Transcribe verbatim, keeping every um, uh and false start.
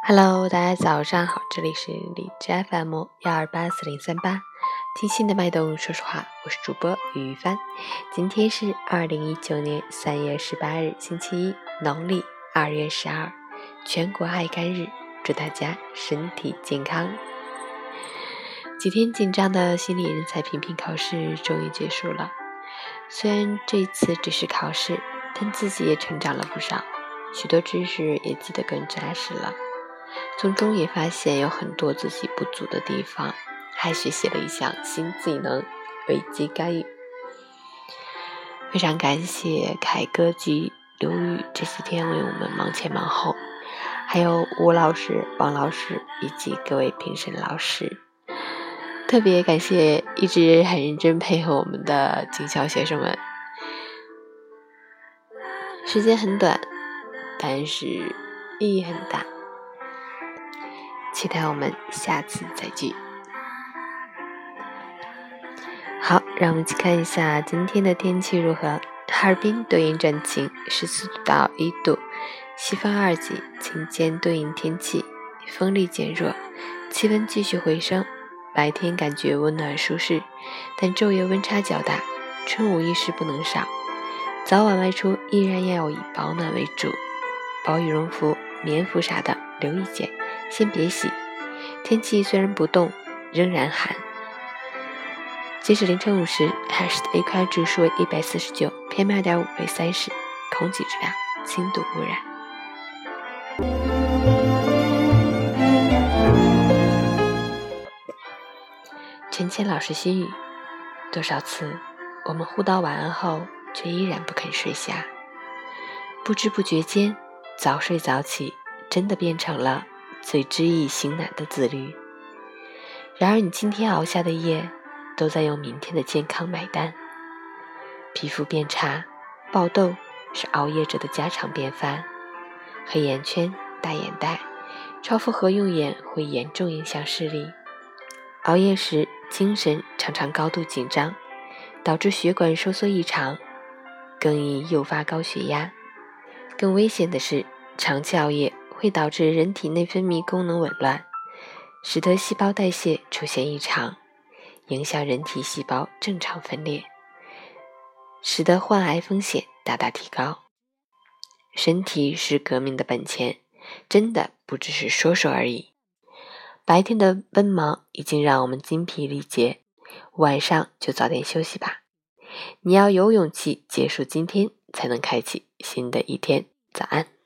Hello， 大家早上好，这里是荔枝 F M 幺二八四零三八，听心的脉动，说实话，我是主播于帆。今天是二零一九年三月十八日，星期一，农历二月十二，全国爱肝日，祝大家身体健康。几天紧张的心理人才评评考试终于结束了，虽然这次只是考试，但自己也成长了不少，许多知识也记得更扎实了。从中也发现有很多自己不足的地方，还学习了一项新技能——危机干预。非常感谢凯哥及刘宇这几天为我们忙前忙后，还有吴老师、王老师以及各位评审老师。特别感谢一直很认真配合我们的警校学生们。时间很短，但是意义很大。期待我们下次再聚。好，让我们一起看一下今天的天气如何。哈尔滨多云转晴，十四度到一度，西风二级，晴间多云天气，风力减弱，气温继续回升。白天感觉温暖舒适，但昼夜温差较大，春捂衣饰不能少。早晚外出依然要以保暖为主，薄羽绒服、棉服啥的留一件，先别洗。天气虽然不动，仍然寒。截止凌晨五时，海市的 A Q I 指数为一百四十九 ，P M 二点五 为三十，空气质量轻度污染。陈谦老师心语：多少次我们互道晚安后，却依然不肯睡下。不知不觉间，早睡早起真的变成了最知易行难的自律。然而你今天熬下的夜，都在用明天的健康买单。皮肤变差、爆痘是熬夜者的家常便饭，黑眼圈、大眼袋、超负荷用眼会严重影响视力。熬夜时精神常常高度紧张，导致血管收缩异常，更易诱发高血压。更危险的是，长期熬夜会导致人体内分泌功能紊乱，使得细胞代谢出现异常，影响人体细胞正常分裂，使得患癌风险大大提高。身体是革命的本钱，真的不只是说说而已。白天的奔忙已经让我们精疲力竭，晚上就早点休息吧。你要有勇气结束今天，才能开启新的一天。早安。